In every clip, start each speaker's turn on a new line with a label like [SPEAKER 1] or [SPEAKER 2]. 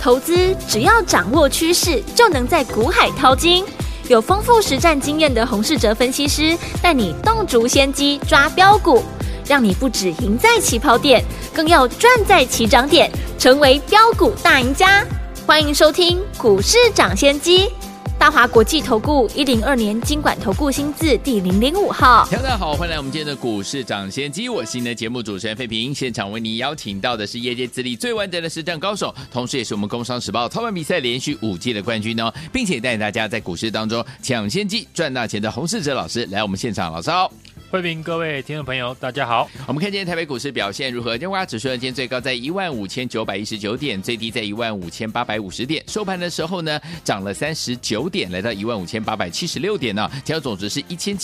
[SPEAKER 1] 投资只要掌握趋势，就能在股海淘金。有丰富实战经验的洪士哲分析师带你洞烛先机抓标股，让你不只赢在起跑点，更要赚在起涨点，成为标股大赢家。欢迎收听股市涨先机，大华国际投顾102年金管投顾新字第005号。
[SPEAKER 2] 大家好，欢迎来我们今天的股市涨先机，我是你的节目主持人费平。现场为你邀请到的是业界资历最完整的实战高手，同时也是我们工商时报操盘比赛连续5届的冠军哦，并且带领大家在股市当中抢先机赚大钱的洪士哲老师来我们现场。老师好。
[SPEAKER 3] 慧平，各位听众朋友，大家好。
[SPEAKER 2] 我们看今天台北股市表现如何？加权指数今天最高在15919点，最低在15850点，收盘的时候呢，涨了39点，来到15876点呢，成交总值是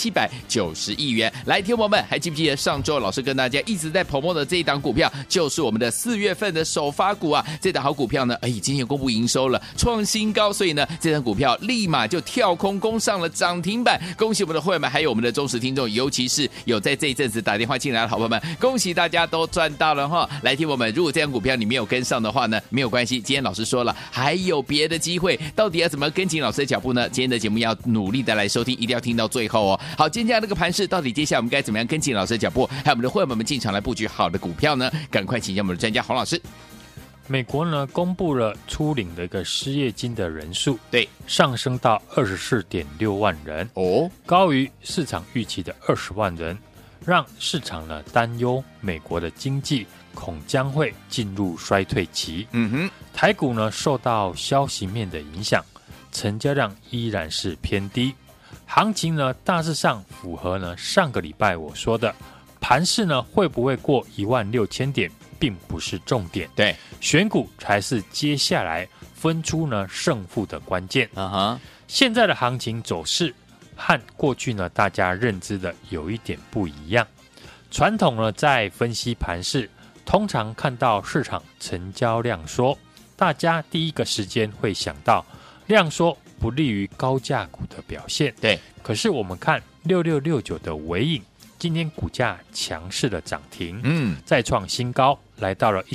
[SPEAKER 2] 1790亿元。来，听众朋友们，还记不记得上周老师跟大家一直在promote的这一档股票，就是我们的4月份的首发股啊？这档好股票呢，今天公布营收了，创新高，所以呢，这档股票立马就跳空攻上了涨停板。恭喜我们的会员们，还有我们的忠实听众，尤其是有在这一阵子打电话进来的好朋友们，恭喜大家都赚到了哈！来听我们，如果这张股票你没有跟上的话呢，没有关系，今天老师说了还有别的机会，到底要怎么跟紧老师的脚步呢？今天的节目要努力的来收听，一定要听到最后哦。好，今天这样的一个盘势，到底接下来我们该怎么样跟紧老师的脚步，还有我们的会员们进场来布局好的股票呢？赶快请教我们的专家洪老师。
[SPEAKER 3] 美国呢公布了初领的一个失业金的人数，
[SPEAKER 2] 对，
[SPEAKER 3] 上升到24.6万人
[SPEAKER 2] 哦，
[SPEAKER 3] 高于市场预期的20万人，让市场呢担忧美国的经济恐将会进入衰退期。台股呢受到消息面的影响，成交量依然是偏低，行情呢大致上符合呢上个礼拜我说的，盘势呢会不会过16000点并不是重点，
[SPEAKER 2] 对，
[SPEAKER 3] 选股才是接下来分出呢胜负的关键。现在的行情走势和过去呢大家认知的有一点不一样。传统呢在分析盘势，通常看到市场成交量缩，大家第一个时间会想到量缩不利于高价股的表现。
[SPEAKER 2] 对，
[SPEAKER 3] 可是我们看6669的微影，今天股价强势的涨停，再创新高，来到了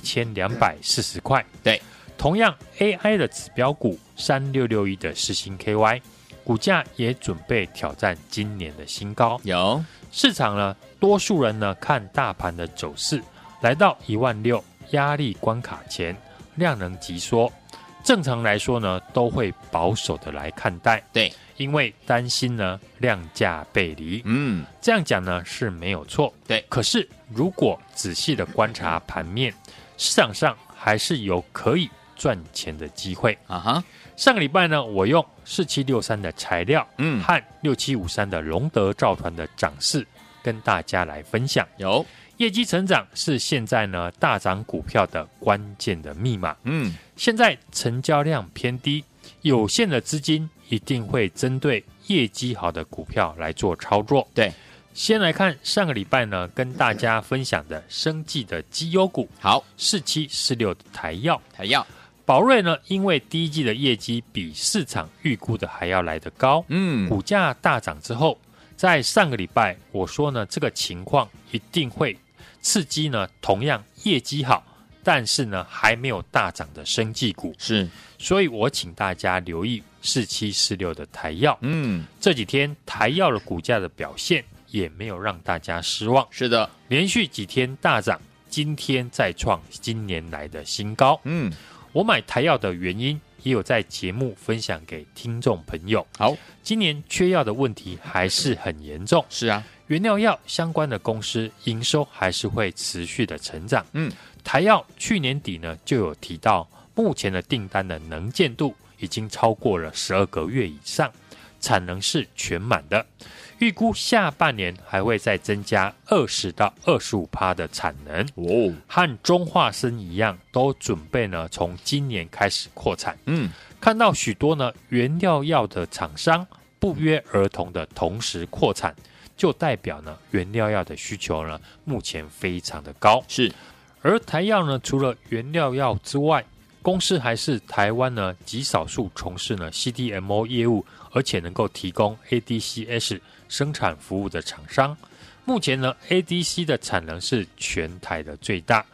[SPEAKER 3] 1240块。
[SPEAKER 2] 对，
[SPEAKER 3] 同样 AI 的指标股3661的世芯 KY， 股价也准备挑战今年的新高。
[SPEAKER 2] 有
[SPEAKER 3] 市场呢，多数人呢看大盘的走势，来到16000压力关卡前，量能急缩。正常来说呢，都会保守的来看待。
[SPEAKER 2] 对，
[SPEAKER 3] 因为担心呢量价背离。这样讲呢是没有错。
[SPEAKER 2] 对，
[SPEAKER 3] 可是如果仔细的观察盘面，市场上还是有可以赚钱的机会。上个礼拜呢，我用4763的材料，和6753的龙德造船的涨势跟大家来分享。
[SPEAKER 2] 有
[SPEAKER 3] 业绩成长是现在呢大涨股票的关键的密码。现在成交量偏低，有限的资金一定会针对业绩好的股票来做操作。
[SPEAKER 2] 对，
[SPEAKER 3] 先来看上个礼拜呢跟大家分享的生技的绩优股，
[SPEAKER 2] 好
[SPEAKER 3] 4746的台药，宝瑞呢因为第一季的业绩比市场预估的还要来得高，股价大涨之后，在上个礼拜我说呢这个情况一定会刺激呢同样业绩好但是呢还没有大涨的生技股，
[SPEAKER 2] 是，
[SPEAKER 3] 所以我请大家留意4746的台药。这几天台药的股价的表现也没有让大家失望，
[SPEAKER 2] 是的，
[SPEAKER 3] 连续几天大涨，今天再创今年来的新高。我买台药的原因也有在节目分享给听众朋友。好，今年缺药的问题还是很严重。
[SPEAKER 2] 是啊，
[SPEAKER 3] 原料药相关的公司营收还是会持续的成长。台药去年底呢就有提到，目前的订单的能见度已经超过了12个月以上，产能是全满的，预估下半年还会再增加20到25%的产能。和中化生一样，都准备呢从今年开始扩产。看到许多呢原料药的厂商不约而同的同时扩产，就代表呢原料药的需求呢目前非常的高。
[SPEAKER 2] 是，
[SPEAKER 3] 而台药呢除了原料药之外，公司还是台湾呢极少数从事呢 CDMO 业务，而且能够提供 ADCS 生产服务的厂商。目前呢 ADC 的产能是全台的最大。
[SPEAKER 2] 对，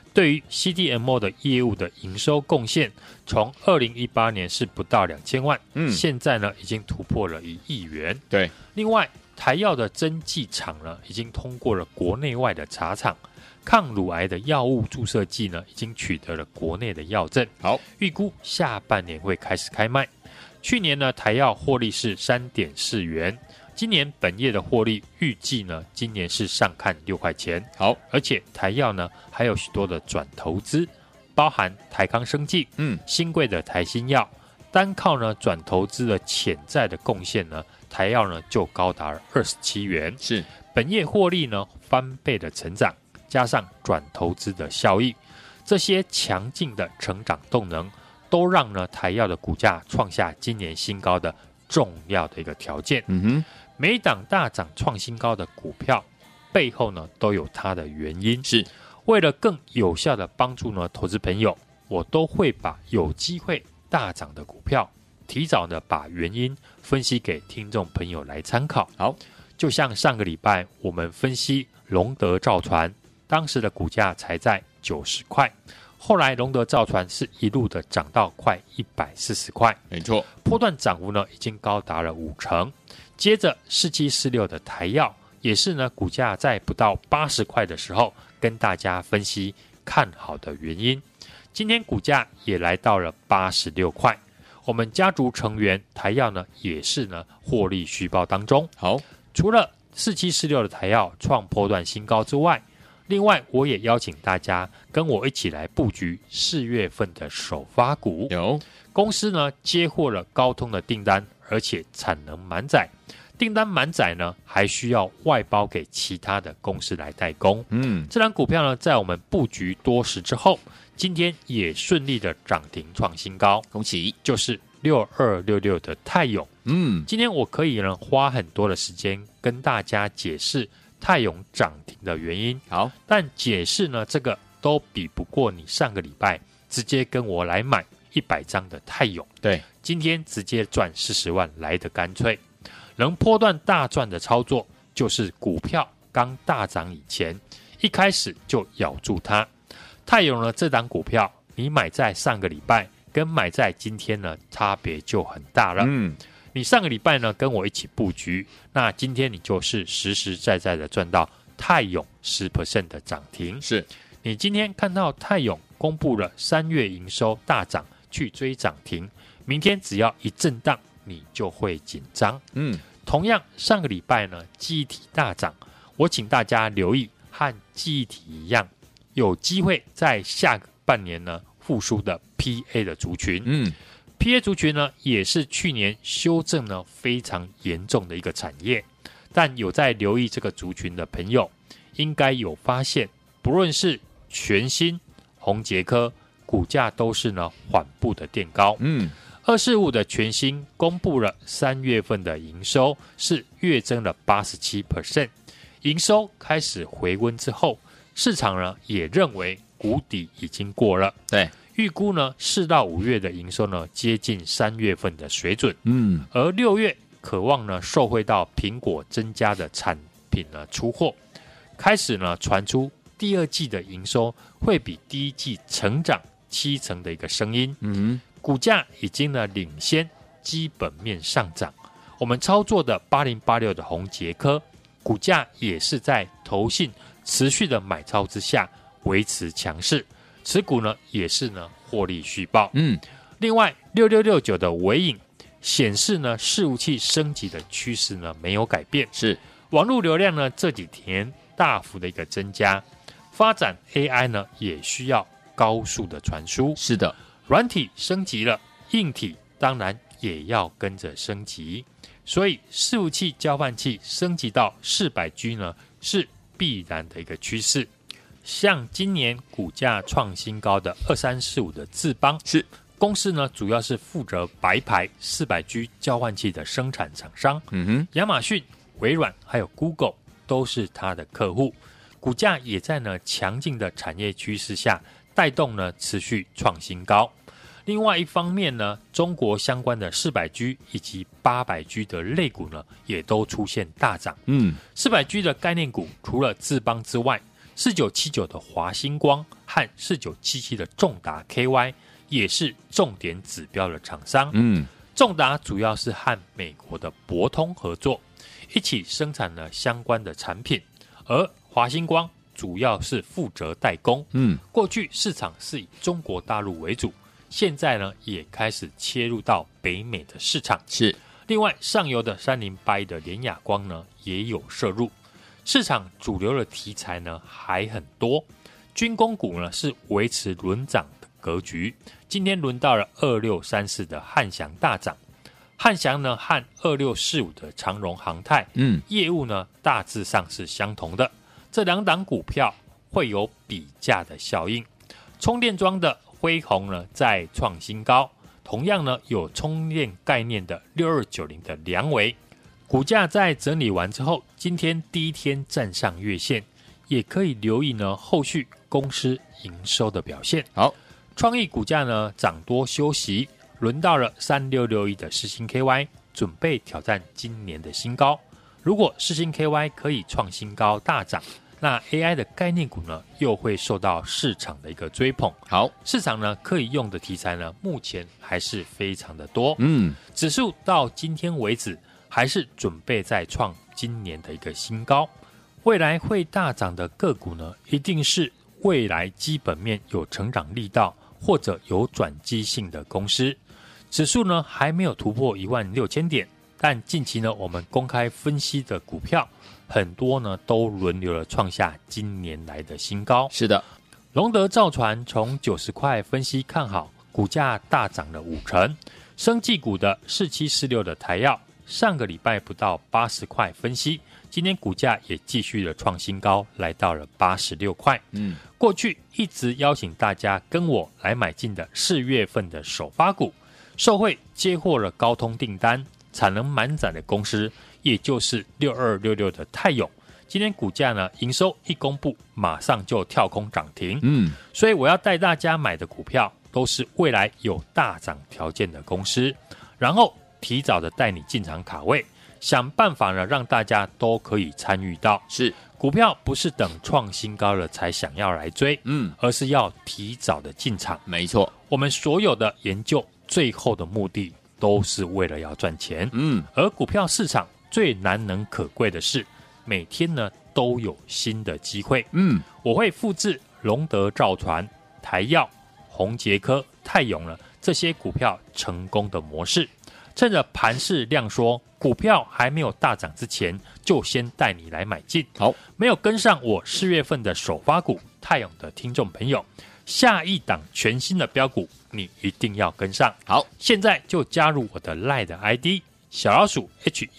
[SPEAKER 3] 对于 CDMO 的业务的营收贡献，从2018年是不到2000万，现在呢已经突破了1亿元。
[SPEAKER 2] 对，
[SPEAKER 3] 另外台药的针剂厂呢已经通过了国内外的查厂，抗乳癌的药物注射剂呢已经取得了国内的药证，
[SPEAKER 2] 好，
[SPEAKER 3] 预估下半年会开始开卖。去年呢台药获利是 3.4 元，今年本业的获利预计呢，今年是上看6块钱。好，而且台药呢还有许多的转投资，包含台康生技、新贵的台新药，单靠呢转投资的潜在的贡献呢，台药呢就高达了27元。是，本业获利呢翻倍的成长，加上转投资的效益，这些强劲的成长动能，都让呢台药的股价创下今年新高的重要的一个条件。每档大涨创新高的股票背后呢都有它的原因，是为了更有效的帮助呢投资朋友，我都会把有机会大涨的股票提早的把原因分析给听众朋友来参考。好，就像上个礼拜我们分析龙德造船，当时的股价才在90块，后来龙德造船是一路的涨到快140块，没错，波段涨幅呢已经高达了50%。接着4746的台药也是呢，股价在不到80块的时候跟大家分析看好的原因，今天股价也来到了86块。我们家族成员台药呢也是呢获利续报当中。好，除了4746的台药创波段新高之外，另外我也邀请大家跟我一起来布局4月份的首发股。有公司呢接获了高通的订单，而且产能满载，订单满载呢还需要外包给其他的公司来代工。这档股票呢在我们布局多时之后，今天也顺利的涨停创新高，恭喜！就是6266的泰永。今天我可以呢花很多的时间跟大家解释泰永涨停的原因。好，但解释呢这个都比不过你上个礼拜直接跟我来买100张的泰永，对，今天直接赚40万来得干脆。能波段大赚的操作，就是股票刚大涨以前，一开始就咬住它。泰永呢这档股票，你买在上个礼拜跟买在今天呢，差别就很大了。你上个礼拜呢跟我一起布局，那今天你就是实实在在的赚到泰永 10% 的涨停。是你今天看到泰永公布了3月营收大涨，去追涨停，明天只要一震荡，你就会紧张。同样上个礼拜呢记忆体大涨，我请大家留意和记忆体一样，有机会在下个半年呢复苏的 PA 的族群。PA 族群呢也是去年修正呢非常严重的一个产业，但有在留意这个族群的朋友，应该有发现，不论是全新宏捷科股价都是呢缓步的垫高。245的全新公布了3月份的营收是月增了 87%， 营收开始回温之后，市场呢也认为谷底已经过了。对，预估呢4到5月的营收呢接近3月份的水准。而6月渴望呢受惠到苹果增加的产品呢出货，开始呢传出第二季的营收会比第一季成长70%的一个声音。股价已经呢领先基本面上涨。我们操作的8086的宏捷科股价也是在投信持续的买超之下维持强势，持股呢也是呢获利续报。另外6669的微影显示呢伺服器升级的趋势呢没有改变，是网络流量呢这几天大幅的一个增加，发展 AI 呢也需要高速的传输。是的，软体升级了，硬体当然也要跟着升级，所以伺服器交换器升级到400G 呢是必然的一个趋势。像今年股价创新高的2345的智邦，是公司呢主要是负责白牌 400G 交换器的生产厂商。亚马逊、微软还有 Google 都是它的客户，股价也在呢强劲的产业趋势下带动呢持续创新高。另外一方面呢，中国相关的 400G 以及 800G 的类股呢也都出现大涨。400G 的概念股除了智邦之外， 4979的华星光和4977的重达 KY 也是重点指标的厂商。重达主要是和美国的博通合作，一起生产了相关的产品，而华星光主要是负责代工。过去市场是以中国大陆为主，现在呢也开始切入到北美的市场。
[SPEAKER 2] 是。
[SPEAKER 3] 另外，上游的3081的联亚光呢也有涉入。市场主流的题材呢还很多，军工股呢是维持轮涨的格局。今天轮到了2634的汉翔大涨，汉翔呢和2645的长荣航太，业务呢大致上是相同的。这两档股票会有比价的效应。充电桩的辉宏呢再创新高，同样呢有充电概念的6290的良微。股价在整理完之后，今天第一天站上月线，也可以留意呢后续公司营收的表现。
[SPEAKER 2] 好，
[SPEAKER 3] 创意股价呢涨多休息，轮到了3661的世芯 KY， 准备挑战今年的新高。如果世芯 KY 可以创新高大涨，那 AI 的概念股呢又会受到市场的一个追捧。好，市场呢可以用的题材呢目前还是非常的多。指数到今天为止还是准备再创今年的一个新高。未来会大涨的个股呢，一定是未来基本面有成长力道或者有转机性的公司。指数呢还没有突破16000点，但近期呢我们公开分析的股票很多呢都轮流了创下今年来的新高。
[SPEAKER 2] 是的，
[SPEAKER 3] 龙德造船从90块分析看好，股价大涨了5成。生技股的4746的台药，上个礼拜不到80块分析，今天股价也继续的创新高，来到了86块。过去一直邀请大家跟我来买进的4月份的首发股，受惠接获了高通订单，产能满载的公司，也就是6266的泰永，今天股价呢营收一公布，马上就跳空涨停。所以我要带大家买的股票都是未来有大涨条件的公司，然后提早的带你进场卡位，想办法呢让大家都可以参与到。
[SPEAKER 2] 是，
[SPEAKER 3] 股票不是等创新高了才想要来追，而是要提早的进场。
[SPEAKER 2] 没错，
[SPEAKER 3] 我们所有的研究最后的目的都是为了要赚钱。而股票市场最难能可贵的是，每天呢都有新的机会。我会复制龙德造船、台药、宏捷科、泰永呢这些股票成功的模式，趁着盘势量缩，股票还没有大涨之前，就先带你来买进。好，没有跟上我4月份的首发股泰永的听众朋友，下一档全新的标股你一定要跟上。好，现在就加入我的 LINE 的 ID 小老鼠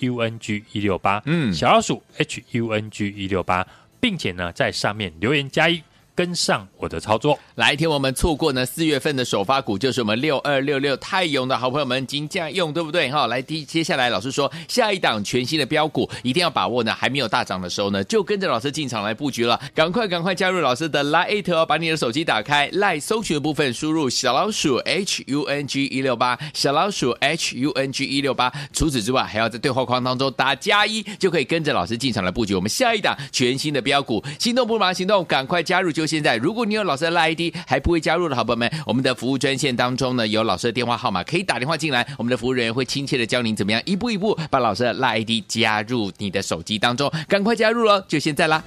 [SPEAKER 3] HUNG168，小老鼠 HUNG168，并且呢在上面留言加1，跟上我的操作。
[SPEAKER 2] 来天我们错过呢4月份的首发股，就是我们6266泰永的好朋友们金价用，对不对？来，接下来老师说下一档全新的标股一定要把握呢，还没有大涨的时候呢，就跟着老师进场来布局了。赶快加入老师的 LINE 哦，把你的手机打开 LINE 搜寻的部分输入小老鼠 HUNG168， 小老鼠 HUNG168。除此之外，还要在对话框当中打+1，就可以跟着老师进场来布局我们下一档全新的标股。心动不马上行动，赶快加入就现在！如果你有老师的 LINE ID 还不会加入的好朋友们，我们的服务专线当中呢有老师的电话号码，可以打电话进来，我们的服务人员会亲切的教您怎么样一步一步把老师的 LINE ID 加入你的手机当中，赶快加入了，就现在啦！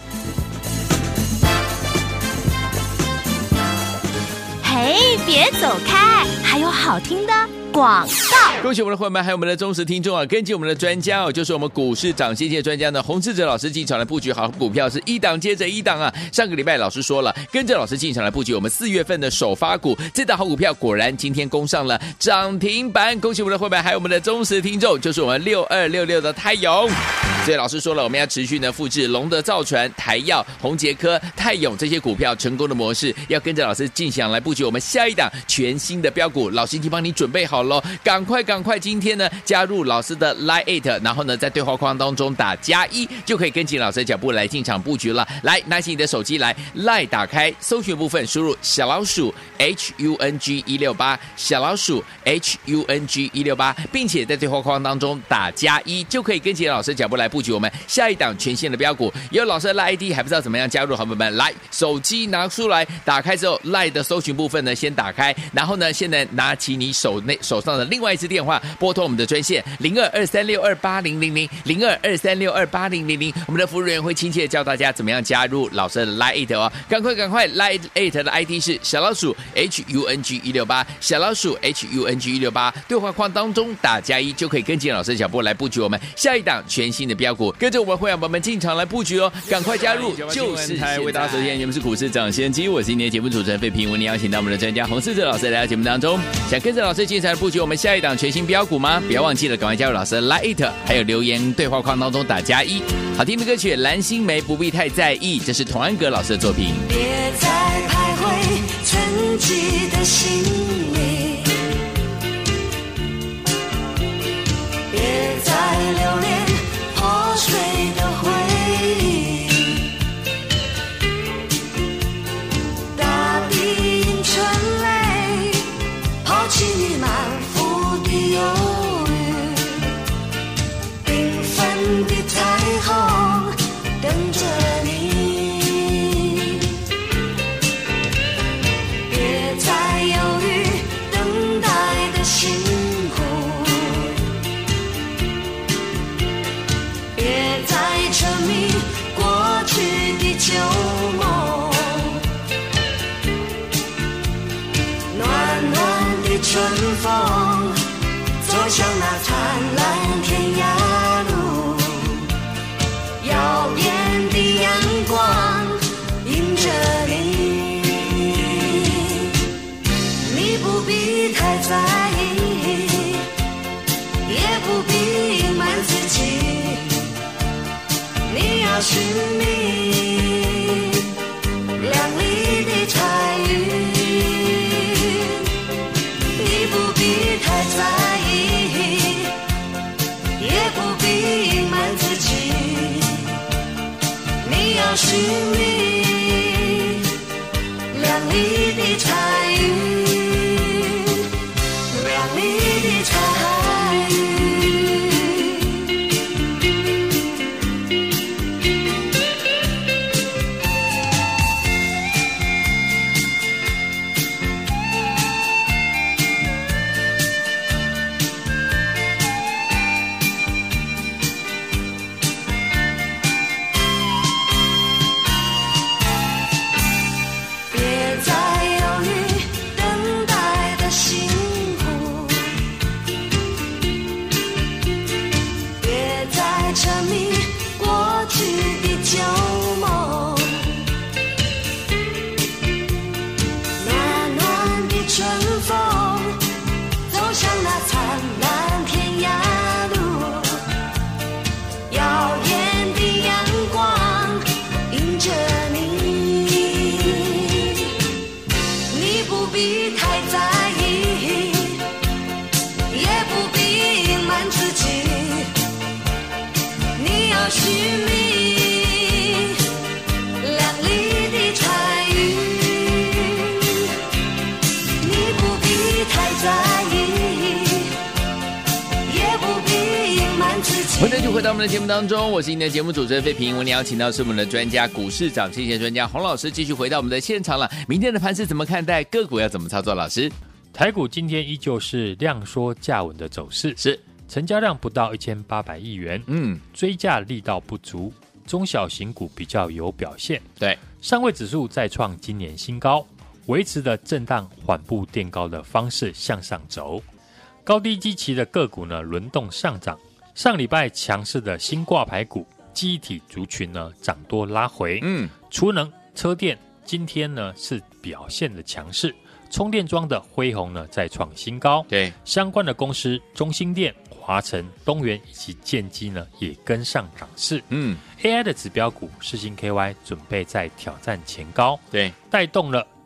[SPEAKER 1] 嘿，别走开，还有好听的广告。
[SPEAKER 2] 恭喜我们的伙伴们，还有我们的忠实听众啊！跟紧我们的专家就是我们股市涨先机的专家呢，洪士哲老师进场来布局好股票，是一档接着一档啊！上个礼拜老师说了，跟着老师进场来布局我们4月份的首发股，这档好股票果然今天攻上了涨停板。恭喜我们的伙伴，还有我们的忠实听众，就是我们6266的泰永。所以老师说了，我们要持续呢复制龙德造船、台药、宏捷科、泰永这些股票成功的模式，要跟着老师进场来布局我们下一档全新的标股。老师已经帮你准备好了，赶快赶快今天呢加入老师的 Line 然后呢在对话框当中打+1，就可以跟紧老师的脚步来进场布局了。来，拿起你的手机来 Line 打开搜寻部分，输入小老鼠 HUNG168， 小老鼠 HUNG168， 并且在对话框当中打+1，就可以跟紧老师的脚步来布局我们下一档全新的标股。有老师的 Line ID 还不知道怎么样加入，好朋友们，来手机拿出来，打开之后 Line 的搜寻部分呢先打开，然后呢现在拿起你手上的另外一支电话，拨通我们的专线0223628000 0223628000，我们的服务人员会亲切教大家怎么样加入老师的 Line 哦，赶快 Line 的 ID 是小老鼠 HUNG168， 小老鼠 HUNG168， 对话框当中打+1，就可以跟紧老师的脚步来布局我们下一档全新的标股，跟着我们会员宝宝们进场来布局哦，赶快加入，就是台为大家首先节目是股市涨先机，我是今天的节目主持人费平，为您邀请到我们的专家洪士哲老师来到节目当中，想跟着老师进场来布局我们下一档全新标股吗？不要忘记了，赶快加入老师的 Line， 还有留言对话框当中打+1。好听的歌曲《蓝心湄不必太在意》，这是童安格老师的作品。
[SPEAKER 4] 别再徘徊沉寂的心里，别再留恋破碎的回忆，大地因春泪抛弃你满腹的忧郁，缤纷的彩虹等着你，别再犹豫等待的辛苦，别再沉迷过去的旧梦，暖暖的春风走向那灿烂天涯路，耀眼的阳光迎着你，你不必太在意，也不必隐瞒自己，你要寻觅亮丽的彩云，你不必太在意，也不必隐瞒自己，你要寻觅亮丽的彩云，亮丽的彩云。别再犹豫等待的辛苦，别再沉迷过去的旧梦，暖暖的春风走向那灿烂天涯路，耀眼的阳光迎着你，你不必太在意，也不必隐瞒自己，你要寻觅亮丽的彩云，你不必太在意，也不必隐瞒自己。
[SPEAKER 2] 欢迎继续回到我们的节目当中，我是今天的节目主持人费平，为您邀请到是我们的专家股市涨先线专家洪老师，继续回到我们的现场了。明天的盘势怎么看待？个股要怎么操作？老师，
[SPEAKER 3] 台股今天依旧是量缩价稳的走势，
[SPEAKER 2] 是
[SPEAKER 3] 成交量不到1800亿元，追价力道不足，中小型股比较有表现。
[SPEAKER 2] 对，
[SPEAKER 3] 上柜指数再创今年新高，维持的震荡缓步垫高的方式向上走，高低基期的个股呢轮动上涨。上礼拜强势的新挂牌股、记忆体族群呢涨多拉回，储能、车电今天呢是表现的强势，充电桩的辉宏呢再创新高，
[SPEAKER 2] 对，
[SPEAKER 3] 相关的公司中兴电、华城、东元以及建机呢也跟上涨势。AI 的指标股世芯 KY 准备再挑战前高，
[SPEAKER 2] 对，
[SPEAKER 3] 带动了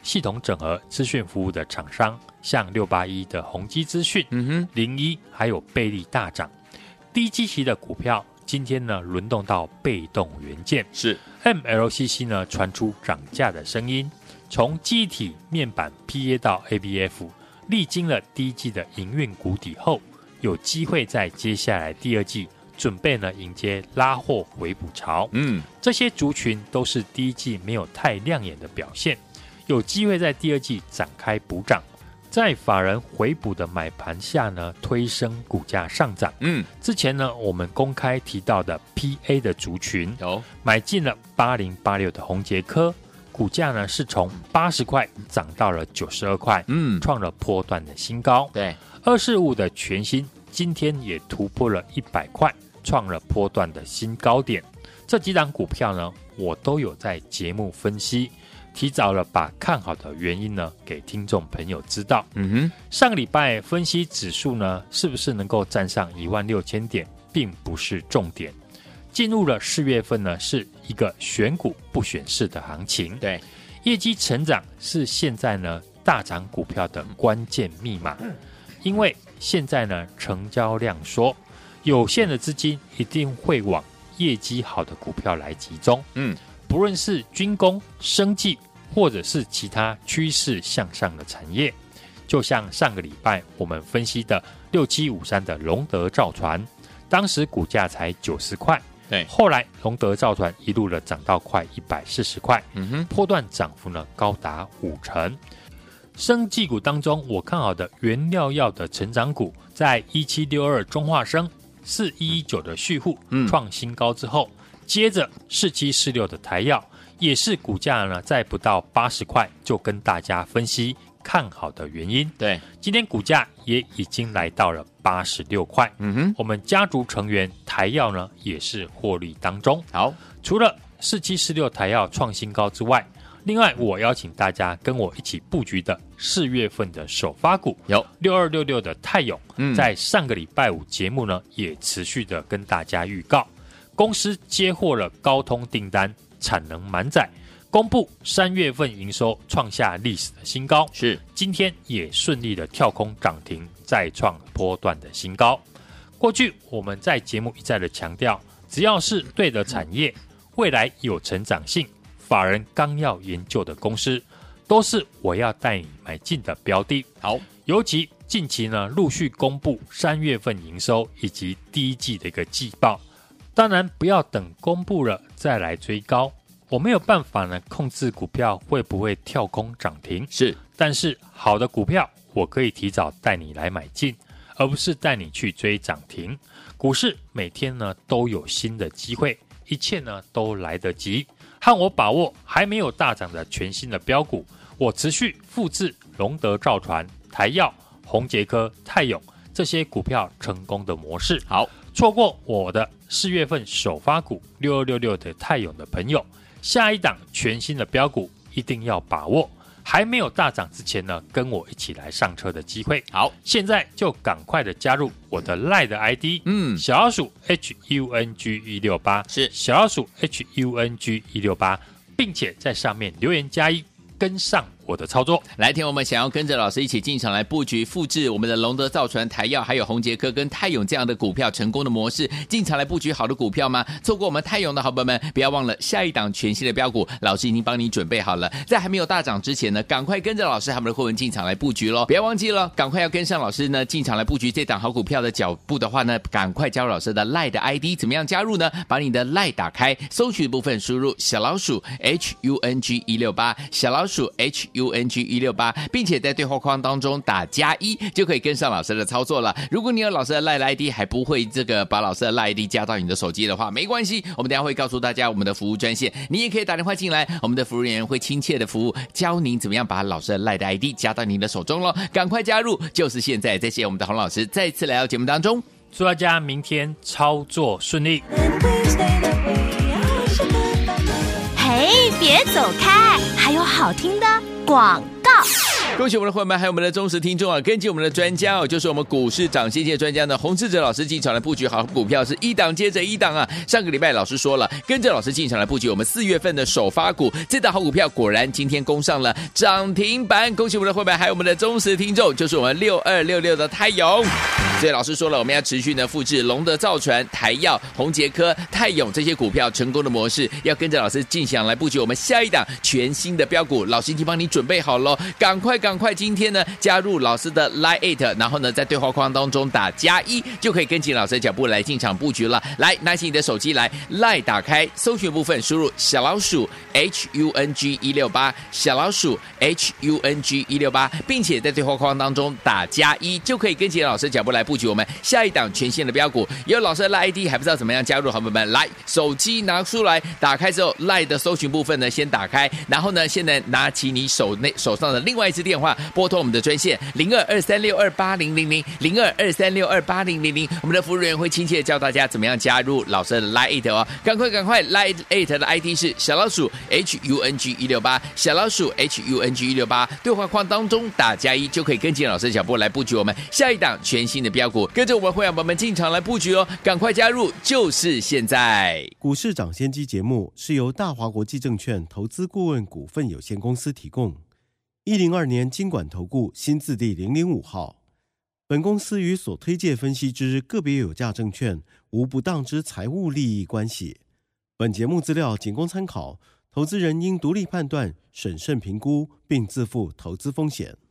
[SPEAKER 3] 系统整合资讯服务的厂商，像681的宏基资讯，01还有贝利大涨。低基期的股票今天呢轮动到被动元件，
[SPEAKER 2] 是
[SPEAKER 3] MLCC 呢传出涨价的声音，从记忆体、面板、PA 到 ABF， 历经了第一季的营运谷底后，有机会在接下来第二季准备呢迎接拉货回补潮。这些族群都是第一季没有太亮眼的表现，有机会在第二季展开补涨。在法人回补的买盘下呢，推升股价上涨。之前呢，我们公开提到的 PA 的族群，买进了8086的宏捷科，股价呢是从80块涨到了92块，创了波段的新高。
[SPEAKER 2] 对
[SPEAKER 3] ，245的全新今天也突破了100块，创了波段的新高点。这几档股票呢，我都有在节目分析。提早了把看好的原因呢给听众朋友知道。上个礼拜分析指数呢是不是能够站上16000点，并不是重点。进入了4月份呢，是一个选股不选市的行情。
[SPEAKER 2] 对，
[SPEAKER 3] 业绩成长是现在呢大涨股票的关键密码。因为现在呢成交量缩，有限的资金一定会往业绩好的股票来集中。不论是军工、生技，或者是其他趋势向上的产业，就像上个礼拜我们分析的6753的龙德造船，当时股价才90块，
[SPEAKER 2] 对，
[SPEAKER 3] 后来龙德造船一路的涨到快140块，波段涨幅呢高达50%。生技股当中，我看好的原料药的成长股，在1762中化生、4119的旭富创新高之后，接着4746的台药，也是股价呢在不到80块，就跟大家分析看好的原因。
[SPEAKER 2] 对，
[SPEAKER 3] 今天股价也已经来到了86块。我们家族成员台药呢也是获利当中。
[SPEAKER 2] 好，
[SPEAKER 3] 除了4746台药创新高之外，另外我邀请大家跟我一起布局的4月份的首发股有6266的泰永，在上个礼拜五节目呢也持续的跟大家预告。公司接获了高通订单，产能满载，公布3月份营收创下历史的新高，
[SPEAKER 2] 是
[SPEAKER 3] 今天也顺利的跳空涨停，再创波段的新高。过去我们在节目一再的强调，只要是对的产业，未来有成长性，法人刚要研究的公司，都是我要带你买进的标的。
[SPEAKER 2] 好，
[SPEAKER 3] 尤其近期呢陆续公布3月份营收以及第一季的一个季报。当然不要等公布了再来追高，我没有办法呢控制股票会不会跳空涨停，
[SPEAKER 2] 是，
[SPEAKER 3] 但是好的股票我可以提早带你来买进，而不是带你去追涨停。股市每天呢都有新的机会，一切呢都来得及，和我把握还没有大涨的全新的标股，我持续复制龙德造船、台药、宏捷科、泰永这些股票成功的模式。
[SPEAKER 2] 好，
[SPEAKER 3] 错过我的4月份首发股6266的泰永的朋友，下一档全新的标股一定要把握，还没有大涨之前呢，跟我一起来上车的机会。好，现在就赶快的加入我的 LINE 的 ID，小老鼠 HUNG168， 是小老鼠 HUNG168， 并且在上面留言加1，跟上我的操作。
[SPEAKER 2] 来听我们想要跟着老师一起进场来布局复制我们的龙德造船、台药还有宏捷科跟泰永这样的股票成功的模式，进场来布局好的股票吗？错过我们泰永的好朋友们，不要忘了下一档全新的标股，老师已经帮你准备好了，在还没有大涨之前呢，赶快跟着老师他们的会员进场来布局咯。不要忘记了，赶快要跟上老师呢进场来布局这档好股票的脚步的话呢，赶快加入老师的 LINE 的 ID。 怎么样加入呢？把你的 LINE 打开，搜取的部分输入小老鼠 HUNG168， 小老鼠 HUNG168， 并且在对话框当中打+1，就可以跟上老师的操作了。如果你有老师的 LINE ID 还不会把老师的 LINE ID 加到你的手机的话，没关系，我们等一下会告诉大家我们的服务专线，你也可以打电话进来，我们的服务人员会亲切的服务，教您怎么样把老师的 LINE 的 ID 加到您的手中咯。赶快加入，就是现在！再谢我们的洪老师再次来到节目当中，
[SPEAKER 3] 祝大家明天操作顺利。
[SPEAKER 1] 嘿，别走开，还有好听的广告。
[SPEAKER 2] 恭喜我们的伙伴还有我们的忠实听众啊！跟紧我们的专家哦，就是我们股市涨先见专家呢，洪士哲老师进场来布局好股票，是一档接着一档啊！上个礼拜老师说了，跟着老师进场来布局我们4月份的首发股，这档好股票果然今天攻上了涨停板。恭喜我们的伙伴还有我们的忠实听众，就是我们6266的泰永。所以老师说了，我们要持续呢复制龙德造船、台药、宏捷科、泰永这些股票成功的模式，要跟着老师进场来布局我们下一档全新的标股。老师已经帮你准备好了，赶快今天呢加入老师的 Line 然后呢在对话框当中打+1，就可以跟紧老师的脚步来进场布局了。来，拿起你的手机来 Line 打开搜寻部分，输入小老鼠 HUNG168， 小老鼠 HUNG168， 并且在对话框当中打+1，就可以跟紧老师的脚步来布局我们下一档全新的标股。有老师的 Line ID 还不知道怎么样加入，好朋友们，来手机拿出来，打开之后 Line 的搜寻部分呢先打开，然后呢现在拿起你手上的另外一支电话，拨通我们的专线0223628000 0223628000，我们的服务人员会亲切教大家怎么样加入老师的 Line 哦，赶快 Line 的 ID 是小老鼠 HUNG168， 小老鼠 HUNG168， 对话框当中打+1，就可以跟紧老师的脚步来布局我们下一档全新的标股，跟着我们会员朋友们进场来布局哦，赶快加入，就是现在。
[SPEAKER 5] 股市涨先机节目是由大华国际证券投资顾问股份有限公司提供，102年金管投顾新字第005号。本公司与所推介分析之个别有价证券无不当之财务利益关系。本节目资料仅供参考，投资人应独立判断、审慎评估，并自负投资风险。